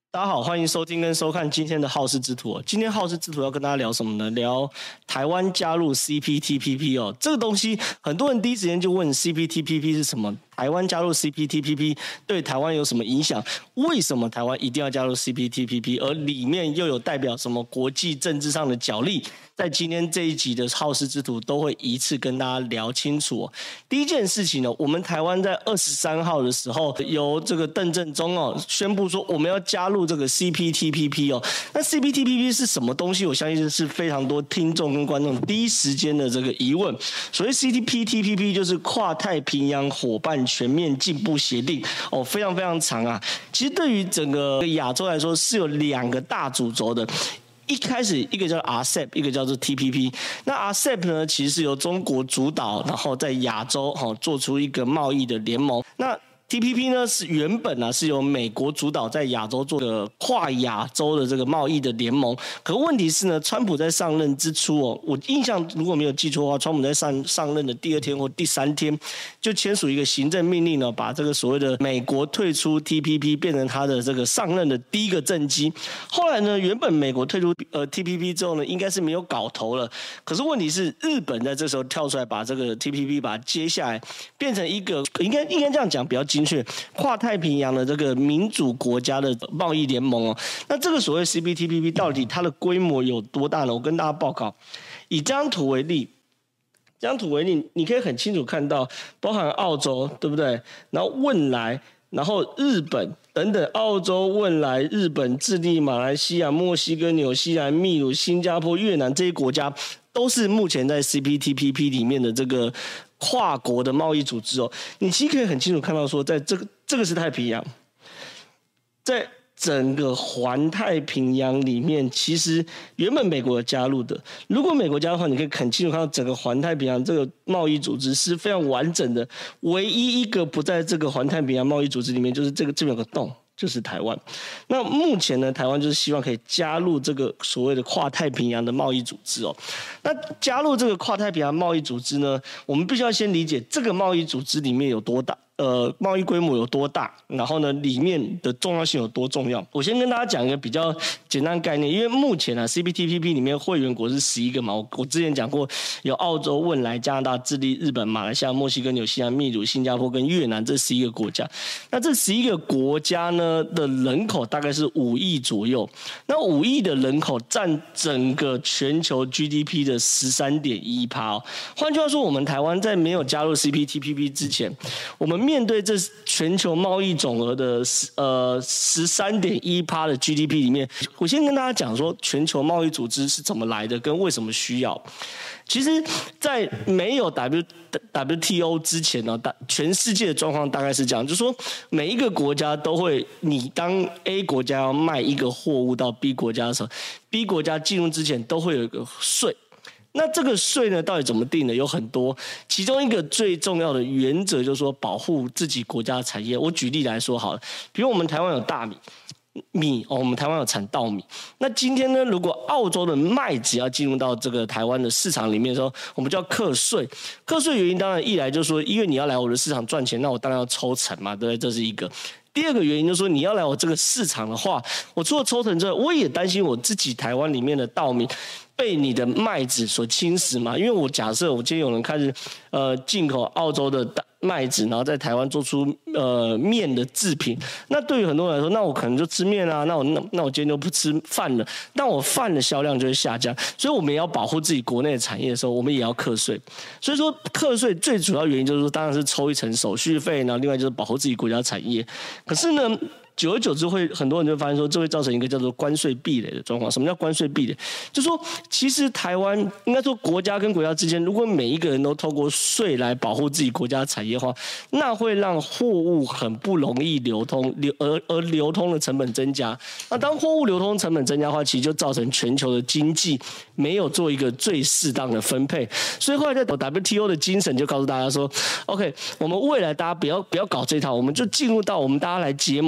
大家好，欢迎收听跟收看今天的好事之徒。今天好事之徒要跟大家聊什么呢？聊台湾加入 CPTPP 哦，这个东西很多人第一时间就问 CPTPP 是什么？台湾加入 CPTPP 对台湾有什么影响？为什么台湾一定要加入 CPTPP？ 而里面又有代表什么国际政治上的角力？在今天这一集的好事之徒都会一次跟大家聊清楚哦。第一件事情呢，我们台湾在23号的时候，由这个邓正中宣布说我们要加入这个 CPTPP 哦。那 CPTPP 是什么东西？我相信是非常多听众跟观众第一时间的这个疑问。所谓 CPTPP 就是跨太平洋伙伴全面进步协定哦，非常非常长啊。其实对于整个亚洲来说，是有2个大主轴的。一开始一个叫 RCEP， 一个叫做 TPP。那 RCEP 呢，其实是由中国主导，然后在亚洲做出一个贸易的联盟。那TPP 呢是原本是由美国主导，在亚洲做的跨亚洲的这个贸易的联盟。可问题是呢，川普在上任之初我印象如果没有记错的话，川普在上任的第2天或第3天就签署一个行政命令呢，把这个所谓的美国退出 TPP 变成他的这个上任的第一个政绩。后来呢，原本美国退出TPP 之后呢，应该是没有搞头了。可是问题是，日本在这时候跳出来，把这个 TPP 把它接下来，变成一个应该这样讲比较精确，跨太平洋的这个民主国家的贸易联盟哦。那这个所谓 CPTPP 到底它的规模有多大呢？我跟大家报告，以这张图为例，你可以很清楚看到，包含澳洲，对不对？然后汶莱，然后日本等等，澳洲、汶莱、日本、智利、马来西亚、墨西哥、纽西兰、秘鲁、新加坡、越南这些国家，都是目前在 CPTPP 里面的这个跨国的贸易组织哦。你其实可以很清楚看到说，在这个是太平洋，在整个环太平洋里面，其实原本美国有加入的。如果美国加入的话，你可以很清楚看到整个环太平洋这个贸易组织是非常完整的。唯一一个不在这个环太平洋贸易组织里面，就是这边有个洞，就是台湾。那目前呢，台湾就是希望可以加入这个所谓的跨太平洋的贸易组织哦。那加入这个跨太平洋贸易组织呢，我们必须要先理解这个贸易组织里面有多大。贸易规模有多大，然后呢，里面的重要性有多重要？我先跟大家讲一个比较简单的概念，因为目前CPTPP 里面会员国是11个嘛，我之前讲过，有澳洲、汶莱、加拿大、智利、日本、马来西亚、墨西哥、纽西兰、秘鲁、新加坡跟越南这11个国家。那这11个国家呢的人口大概是5亿左右，那5亿的人口占整个全球 GDP 的13.1%哦。换句话说，我们台湾在没有加入 CPTPP 之前，我们面对这全球贸易总额的13.1% 的 GDP 里面，我先跟大家讲说全球贸易组织是怎么来的，跟为什么需要。其实，在没有 WTO 之前呢，全世界的状况大概是这样，就是说每一个国家都会，你当 A 国家要卖一个货物到 B 国家的时候 ，B 国家进入之前都会有一个税。那这个税呢，到底怎么定的？有很多，其中一个最重要的原则就是说保护自己国家的产业。我举例来说好了，比如我们台湾有大米我们台湾有产稻米。那今天呢，如果澳洲的麦子要进入到这个台湾的市场里面的时候，我们就要课税。课税原因当然一来就是说，因为你要来我的市场赚钱，那我当然要抽成嘛，对不对？这是一个。第二个原因就是说，你要来我这个市场的话，我除了抽成之外，我也担心我自己台湾里面的稻米被你的麦子所侵蚀嘛。因为我假设我今天有人开始进口澳洲的麦子，然后在台湾做出面的制品，那对于很多人来说，那我可能就吃面啊，那我今天就不吃饭了，那我饭的销量就会下降。所以我们也要保护自己国内的产业的时候，我们也要课税。所以说课税最主要原因就是说，当然是抽一层手续费，然后另外就是保护自己国家产业。可是呢，久而久之很多人就会发现说，这会造成一个叫做关税壁垒的状况。什么叫关税壁垒？就是说其实台湾应该说国家跟国家之间，如果每一个人都透过税来保护自己国家产业的话，那会让货物很不容易流通，而流通的成本增加。那当货物流通成本增加的话，其实就造成全球的经济没有做一个最适当的分配。所以后来在 WTO 的精神就告诉大家说 ，OK， 我们未来大家不要搞这套，我们就进入到我们大家来结盟。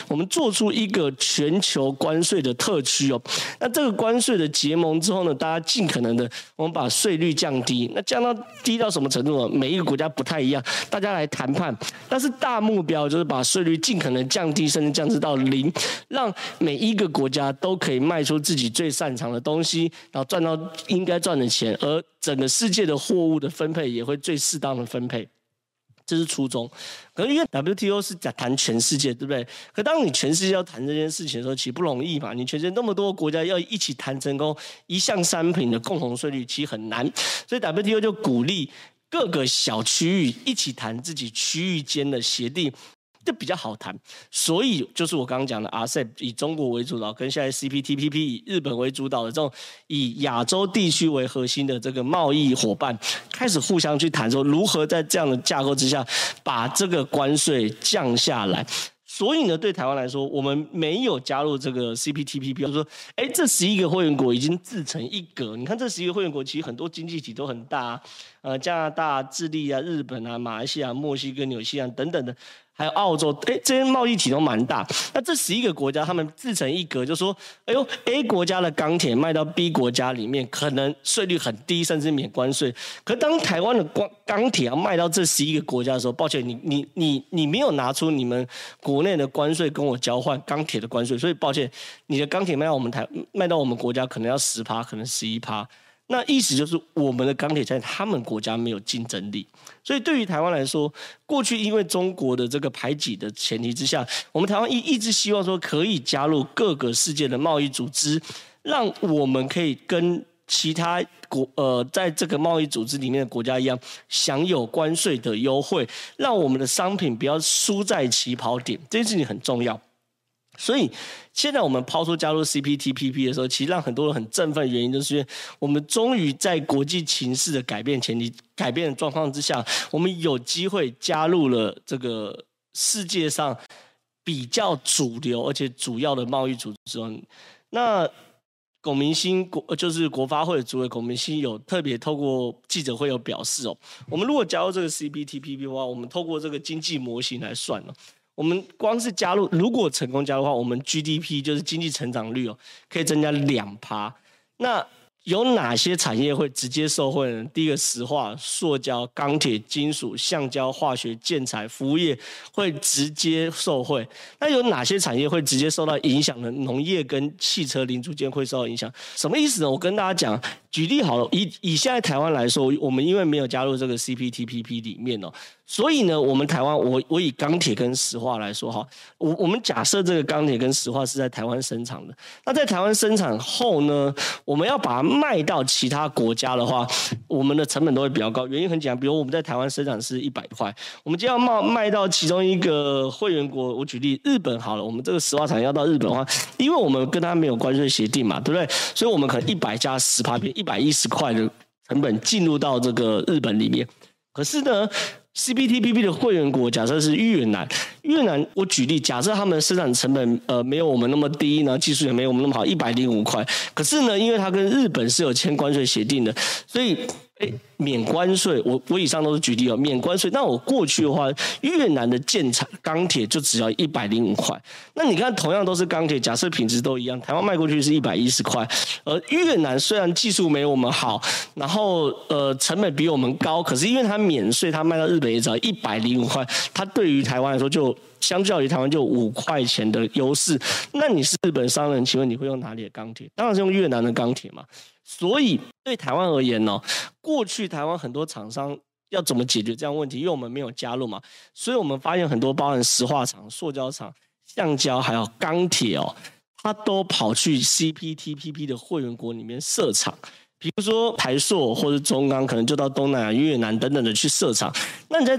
我们做出一个全球关税的特区哦。那这个关税的结盟之后呢，大家尽可能的我们把税率降低，那降到低到什么程度呢？每一个国家不太一样，大家来谈判，但是大目标就是把税率尽可能降低，甚至降至到0，让每一个国家都可以卖出自己最擅长的东西，然后赚到应该赚的钱，而整个世界的货物的分配也会最适当的分配。这是初衷，可是因为 WTO 是谈全世界，对不对？可当你全世界要谈这件事情的时候，其实不容易嘛。你全世界那么多国家要一起谈成功一项商品的共同税率，其实很难。所以 WTO 就鼓励各个小区域一起谈自己区域间的协定，就比较好谈。所以就是我刚刚讲的 RCEP 以中国为主导，跟现在 CPTPP 以日本为主导的这种以亚洲地区为核心的这个贸易伙伴，开始互相去谈说如何在这样的架构之下把这个关税降下来。所以呢，对台湾来说，我们没有加入这个 CPTPP， 就是说，这11个会员国已经自成一格。你看这11个会员国，其实很多经济体都很大加拿大、智利啊、日本啊、马来西亚、墨西哥、纽西兰等等的。还有澳洲，这些贸易体都蛮大。那这11个国家，他们自成一格，就说，A 国家的钢铁卖到 B 国家里面，可能税率很低，甚至免关税。可当台湾的钢铁要卖到这11个国家的时候，抱歉，你没有拿出你们国内的关税跟我交换钢铁的关税，所以抱歉，你的钢铁卖到我们国家可能要10%，可能11%。那意思就是我们的钢铁在他们国家没有竞争力，所以对于台湾来说，过去因为中国的这个排挤的前提之下，我们台湾一直希望说可以加入各个世界的贸易组织，让我们可以跟其他在这个贸易组织里面的国家一样，享有关税的优惠，让我们的商品不要输在起跑点，这件事情很重要。所以现在我们抛出加入 CPTPP 的时候，其实让很多人很振奋的原因，就是因为我们终于在国际情势的改变的状况之下，我们有机会加入了这个世界上比较主流而且主要的贸易组织。那龚明鑫就是国发会的主委龚明鑫有特别透过记者会有表示我们如果加入这个 CPTPP 的话，我们透过这个经济模型来算我们光是加入，如果成功加入的话，我们 GDP 就是经济成长率可以增加2%。那有哪些产业会直接受惠呢？第一个，石化、塑胶、钢铁、金属、橡胶、化学、建材、服务业会直接受惠。那有哪些产业会直接受到影响呢？农业跟汽车零组件会受到影响。什么意思呢？我跟大家讲，举例好了，以现在台湾来说，我们因为没有加入这个 CPTPP 里面所以呢，我们台湾我以钢铁跟石化来说我们假设这个钢铁跟石化是在台湾生产的，那在台湾生产后呢，我们要把它卖到其他国家的话，我们的成本都会比较高。原因很简单，比如我们在台湾生产是100块，我们今天要卖到其中一个会员国，我举例日本好了，我们这个石化产业要到日本的话，因为我们跟他没有关税协定嘛，对不对？所以我们可能100加10%变110块的成本进入到这个日本里面。可是呢，CPTPP 的会员国假设是越南，我举例，假设他们的生产成本没有我们那么低呢，技术也没有我们那么好，105块。可是呢，因为它跟日本是有签关税协定的，所以免关税，我以上都是举例免关税。那我过去的话，越南的建材钢铁就只要105块。那你看，同样都是钢铁，假设品质都一样，台湾卖过去是110块，而越南虽然技术没我们好，然后成本比我们高，可是因为它免税，它卖到日本也只要105块，它对于台湾来说就相较于台湾就5块钱的优势。那你是日本商人，请问你会用哪里的钢铁？当然是用越南的钢铁嘛。所以对台湾而言过去台湾很多厂商要怎么解决这样的问题？因为我们没有加入嘛，所以我们发现很多包含石化厂、塑胶厂、橡胶还有钢铁它都跑去 CPTPP 的会员国里面设厂。比如说台塑或者中钢，可能就到东南亚、越南等等的去设厂。那你在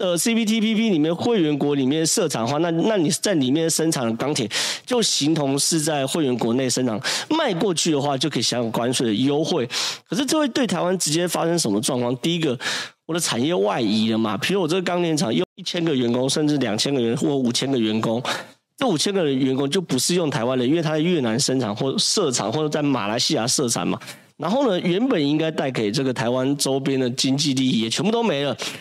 CPTPP 里面会员国里面设厂的话，那你在里面生产的钢铁就形同是在会员国内生产，卖过去的话就可以享有关税的优惠。可是这会对台湾直接发生什么状况？第一个，我的产业外移了嘛，比如我这个钢铁厂用1000个员工，甚至2000个员或5000个员工，这5000个员工就不是用台湾的，因为他在越南生产或设厂，或者在马来西亚设厂嘛。然后呢，原本应该带给这个台湾周边的经济利益也全部都没了。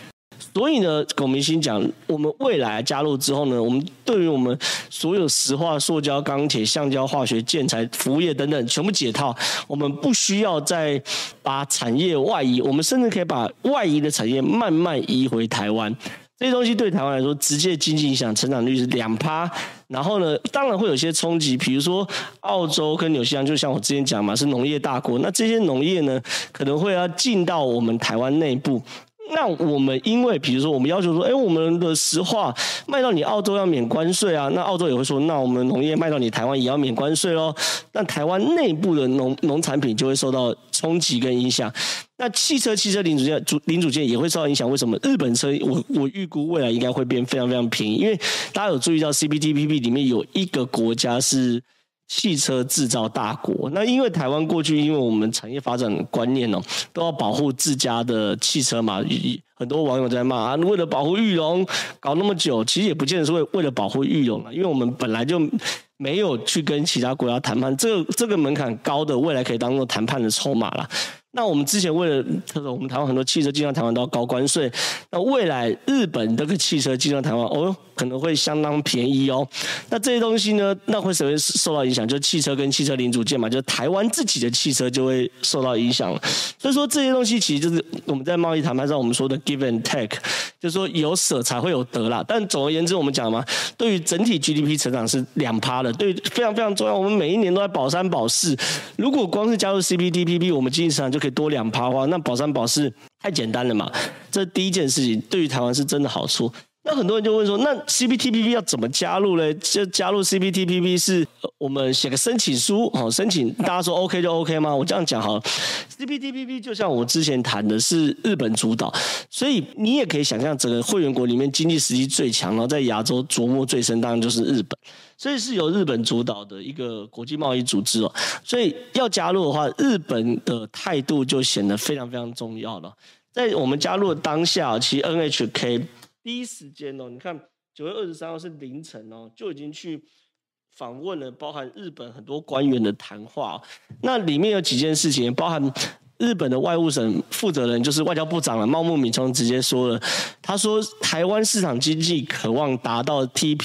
所以呢，龚明鑫讲，我们未来加入之后呢，我们对于我们所有石化、塑胶、钢铁、橡胶、化学、建材、服务业等等全部解套，我们不需要再把产业外移，我们甚至可以把外移的产业慢慢移回台湾。这些东西对台湾来说，直接经济影响成长率是2%。然后呢，当然会有些冲击，比如说澳洲跟纽西兰，就像我之前讲嘛，是农业大国，那这些农业呢，可能会要进到我们台湾内部。那我们因为比如说我们要求说，我们的石化卖到你澳洲要免关税啊，那澳洲也会说，那我们农业卖到你台湾也要免关税咯。那台湾内部的农产品就会受到冲击跟影响。那汽车零组件也会受到影响。为什么？日本车我预估未来应该会变非常非常便宜，因为大家有注意到 CPTPP 里面有一个国家是汽车制造大国。那因为台湾过去因为我们产业发展观念都要保护自家的汽车嘛，很多网友在骂啊，为了保护裕隆搞那么久，其实也不见得是为了保护裕隆啦，因为我们本来就没有去跟其他国家谈判，这个门槛高的，未来可以当做谈判的筹码啦。那我们之前为了我们台湾很多汽车进到台湾都要高关税，那未来日本这个汽车进到台湾可能会相当便宜哦。那这些东西呢，那会谁会受到影响？就是汽车跟汽车零组件嘛，就是台湾自己的汽车就会受到影响了。所以说这些东西其实就是我们在贸易谈判上我们说的 give and take， 就是说有舍才会有得啦。但总而言之，我们讲嘛，对于整体 GDP 成长是2%的，对，非常非常重要。我们每一年都在保3保4，如果光是加入 CPTPP， 我们经济成长就可以多2%的话，那保3保4太简单了嘛。这第一件事情对于台湾是真的好处。那很多人就问说，那 CPTPP 要怎么加入呢？就加入 CPTPP 是我们写个申请书，申请大家说 OK 就 OK 吗？我这样讲好了， CPTPP 就像我之前谈的是日本主导，所以你也可以想象整个会员国里面经济实力最强，然后在亚洲琢磨最深，当然就是日本。所以是由日本主导的一个国际贸易组织哦。所以要加入的话，日本的态度就显得非常非常重要了。在我们加入的当下，其实 NHK 第一时间你看9月23号是凌晨就已经去访问了包含日本很多官员的谈话。那里面有几件事情，包含日本的外务省负责人就是外交部长了，茂木敏充直接说了，他说台湾市场经济渴望达到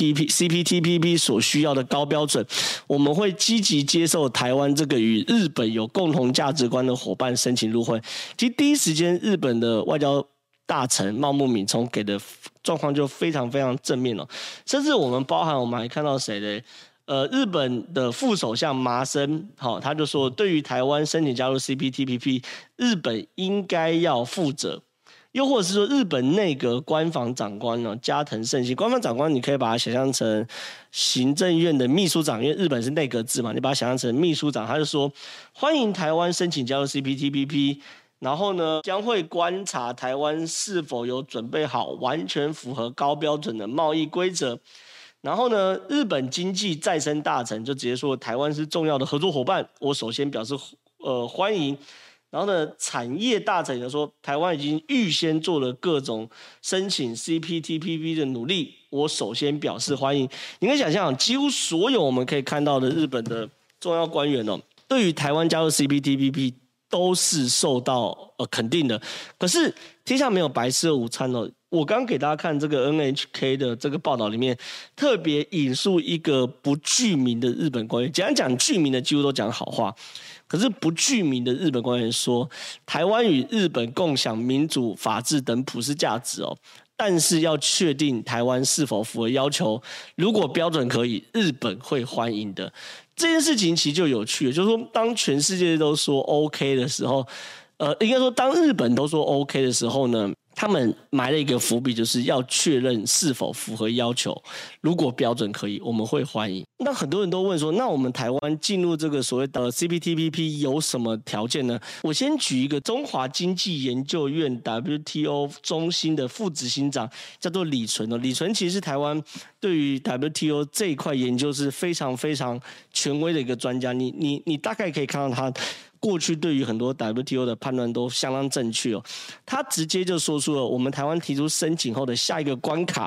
CPTPP 所需要的高标准，我们会积极接受台湾这个与日本有共同价值观的伙伴申请入会。其实第一时间日本的外交大臣茂木敏充给的状况就非常非常正面了，甚至我们还看到谁呢？日本的副首相麻生，他就说，对于台湾申请加入 CPTPP， 日本应该要负责。又或者是说，日本内阁官房长官加藤胜信，官房长官你可以把它想象成行政院的秘书长，因为日本是内阁制嘛，你把它想象成秘书长，他就说欢迎台湾申请加入 CPTPP。然后呢，将会观察台湾是否有准备好完全符合高标准的贸易规则。然后呢，日本经济再生大臣就直接说台湾是重要的合作伙伴，我首先表示欢迎。然后呢，产业大臣也说台湾已经预先做了各种申请 CPTPP 的努力，我首先表示欢迎。你可以想象，几乎所有我们可以看到的日本的重要官员对于台湾加入 CPTPP都是受到肯定的。可是天下没有白吃的午餐我刚给大家看这个 NHK 的这个报道里面，特别引述一个不具名的日本官员，简单讲，具名的几乎都讲好话，可是不具名的日本官员说，台湾与日本共享民主、法治等普世价值但是要确定台湾是否符合要求，如果标准可以，日本会欢迎的。这件事情其实就有趣了，就是说当全世界都说 OK 的时候，应该说当日本都说 OK 的时候呢，他们埋了一个伏笔，就是要确认是否符合要求，如果标准可以，我们会欢迎。那很多人都问说，那我们台湾进入这个所谓的 CPTPP 有什么条件呢？我先举一个中华经济研究院 WTO 中心的副执行长，叫做李纯李纯其实是台湾对于 WTO 这一块研究是非常非常权威的一个专家，你大概可以看到他过去对于很多 WTO 的判断都相当正确他直接就说出了我们台湾提出申请后的下一个关卡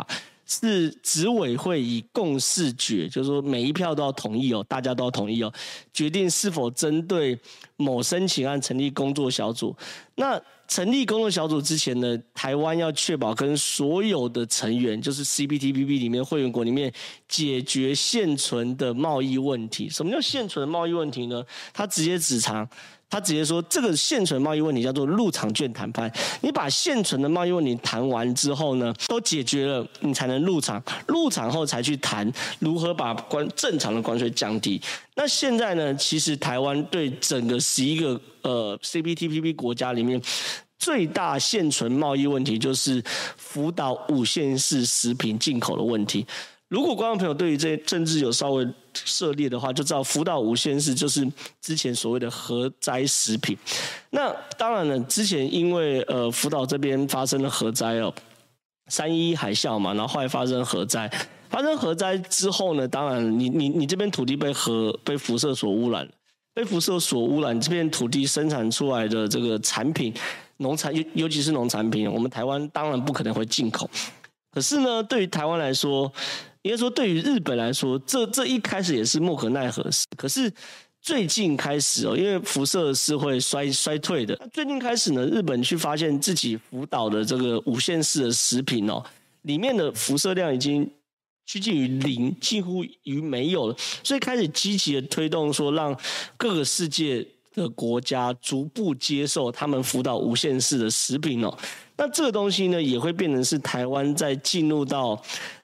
是执委会以共识决，就是说每一票都要同意哦，大家都要同意哦，决定是否针对某申请案成立工作小组。那成立工作小组之前呢，台湾要确保跟所有的成员，就是 CPTPP 里面会员国里面解决现存的贸易问题。什么叫现存的贸易问题呢？他直接说，这个现存贸易问题叫做入场券谈判。你把现存的贸易问题谈完之后呢，都解决了，你才能入场。入场后才去谈如何把正常的关税降低。那现在呢，其实台湾对整个11个CPTPP 国家里面，最大现存贸易问题就是福岛5县市食品进口的问题。如果观众朋友对于这些政治有稍微涉猎的话，就知道福岛5县市就是之前所谓的核灾食品。那当然了，之前因为福岛这边发生了核灾哦，311海啸嘛，然后后来发生核灾。发生核灾之后呢，当然你这边土地被辐射所污染了，被辐射所污染，这片土地生产出来的这个产品，农产尤其是农产品，我们台湾当然不可能会进口。可是呢，对于台湾来说，应该说对于日本来说，这一开始也是莫可奈何事。可是最近开始哦，因为辐射是会衰退的，最近开始呢，日本去发现自己福岛的这个5县市的食品哦，里面的辐射量已经趋近于0，几乎于没有了，所以开始积极的推动说，让各个世界的国家逐步接受他们福岛5县市的食品哦。那这个东西呢，也会变成是台湾在进入到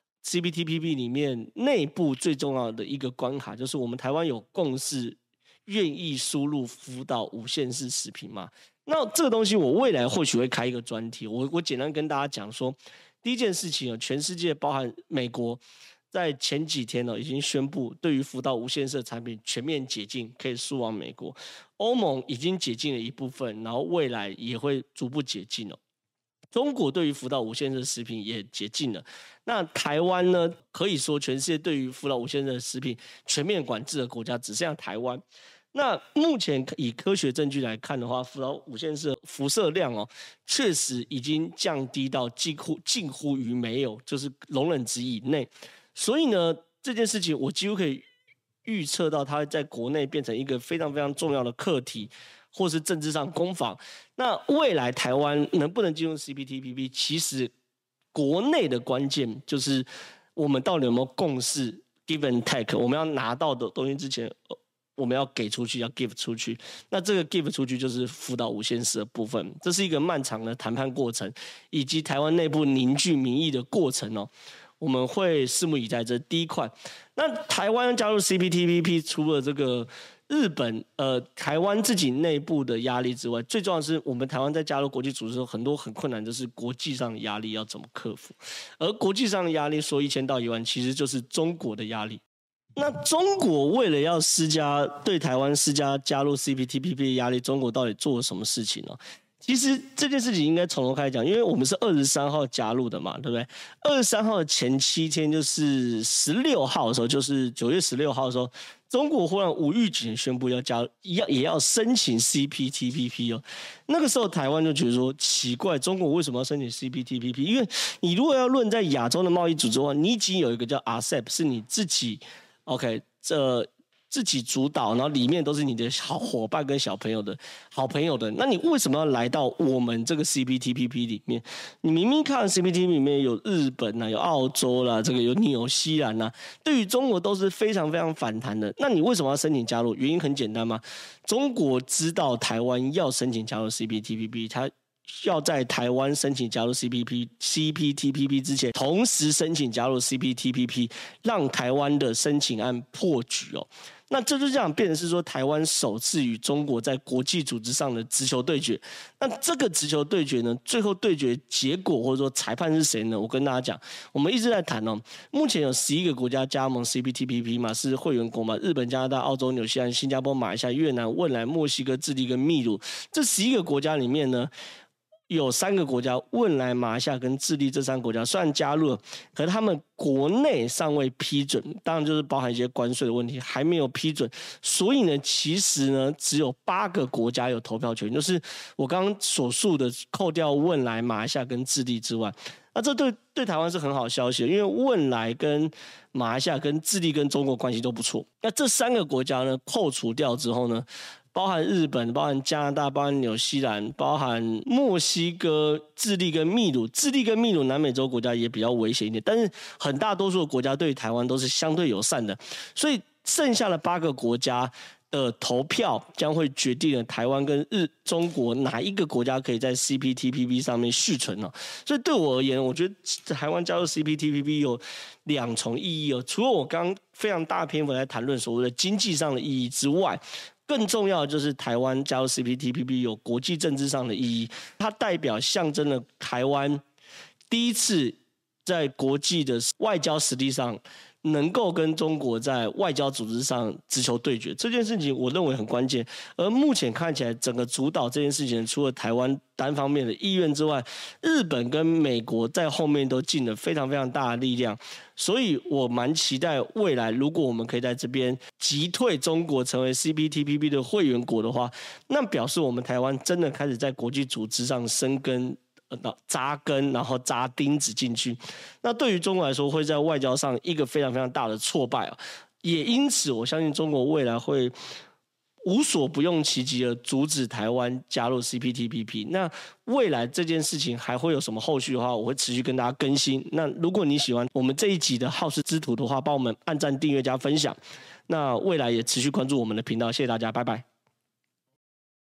CPTPP 里面内部最重要的一个关卡，就是我们台湾有共识，愿意输入福岛5县市食品嘛？那这个东西我未来或许会开一个专题，我简单跟大家讲说，第一件事情全世界包含美国，在前几天已经宣布对于福岛5县市的产品全面解禁，可以输往美国。欧盟已经解禁了一部分，然后未来也会逐步解禁哦。中国对于福岛5县市的食品也解禁了，那台湾呢？可以说全世界对于福岛5县市的食品全面管制的国家只剩下台湾。那目前以科学证据来看的话，福岛5县市的辐射量确实已经降低到近乎于没有，就是容忍值以内。所以呢，这件事情我几乎可以预测到，它会在国内变成一个非常非常重要的课题。或是政治上攻防，那未来台湾能不能进入 CPTPP， 其实国内的关键就是我们到底有没有共识 give and take， 我们要拿到的东西之前，我们要给出去，要 give 出去。那这个 give 出去就是福岛5县市的部分，这是一个漫长的谈判过程，以及台湾内部凝聚民意的过程哦。我们会拭目以待，这第一块。那台湾加入 CPTPP， 除了这个日本台湾自己内部的压力之外，最重要的是我们台湾在加入国际组织的时候，很多很困难，就是国际上的压力要怎么克服。而国际上的压力说1000到1万，其实就是中国的压力。那中国为了要对台湾施加加入 CPTPP 的压力，中国到底做了什么事情呢？其实这件事情应该从头开始讲，因为我们是23号加入的嘛，对不对？23号的前7天就是16号的时候，就是9月16号的时候，中国忽然无预警宣布要也要申请 CPTPP 哦。那个时候台湾就觉得说奇怪，中国为什么要申请 CPTPP？ 因为你如果要论在亚洲的贸易组织的话，你已经有一个叫 RCEP， 是你自己 OK 自己主导，然后里面都是你的好伙伴跟好朋友的，那你为什么要来到我们这个 CPTPP 里面？你明明看 CPTPP 里面有日本有澳洲啦，这个有纽西兰啦，对于中国都是非常非常反弹的。那你为什么要申请加入？原因很简单嘛，中国知道台湾要申请加入 CPTPP， 它要在台湾申请加入 CPTPP 之前，同时申请加入 CPTPP， 让台湾的申请案破局哦。那这就这样变成是说，台湾首次与中国在国际组织上的直球对决。那这个直球对决呢，最后对决结果或者说裁判是谁呢？我跟大家讲，我们一直在谈哦。目前有11个国家加盟 CPTPP 嘛，是会员国嘛，日本、加拿大、澳洲、纽西兰、新加坡、马来西亚、越南、汶莱、墨西哥、智利跟秘鲁这11个国家里面呢， 有3个国家，汶莱、马来西亚跟智利这3个国家虽然加入了，可是他们国内尚未批准，当然就是包含一些关税的问题，还没有批准。所以呢，其实呢，只有8个国家有投票权，就是我刚刚所述的，扣掉汶莱、马来西亚跟智利之外。那这对台湾是很好的消息，因为汶莱跟马来西亚跟智利跟中国关系都不错。那这3个国家呢，扣除掉之后呢，包含日本、包含加拿大、包含纽西兰、包含墨西哥、智利跟秘鲁。智利跟秘鲁南美洲国家也比较危险一点，但是很大多数的国家对台湾都是相对友善的，所以剩下的8个国家的投票将会决定了台湾跟中国哪一个国家可以在 CPTPP 上面续存哦。所以对我而言，我觉得台湾加入 CPTPP 有2重意义哦。除了我刚刚非常大篇幅来谈论所谓的经济上的意义之外，更重要的就是台湾加入 CPTPP 有国际政治上的意义，它代表象征了台湾第一次在国际的外交实力上能够跟中国在外交组织上直球对决，这件事情我认为很关键。而目前看起来，整个主导这件事情，除了台湾单方面的意愿之外，日本跟美国在后面都尽了非常非常大的力量。所以我蛮期待未来，如果我们可以在这边击退中国，成为 CPTPP 的会员国的话，那表示我们台湾真的开始在国际组织上生根。扎根，然后扎钉子进去，那对于中国来说，会在外交上一个非常非常大的挫败啊。也因此，我相信中国未来会无所不用其极的阻止台湾加入 CPTPP。那未来这件事情还会有什么后续的话，我会持续跟大家更新。那如果你喜欢我们这一集的好事之徒的话，帮我们按赞、订阅加分享。那未来也持续关注我们的频道，谢谢大家，拜拜。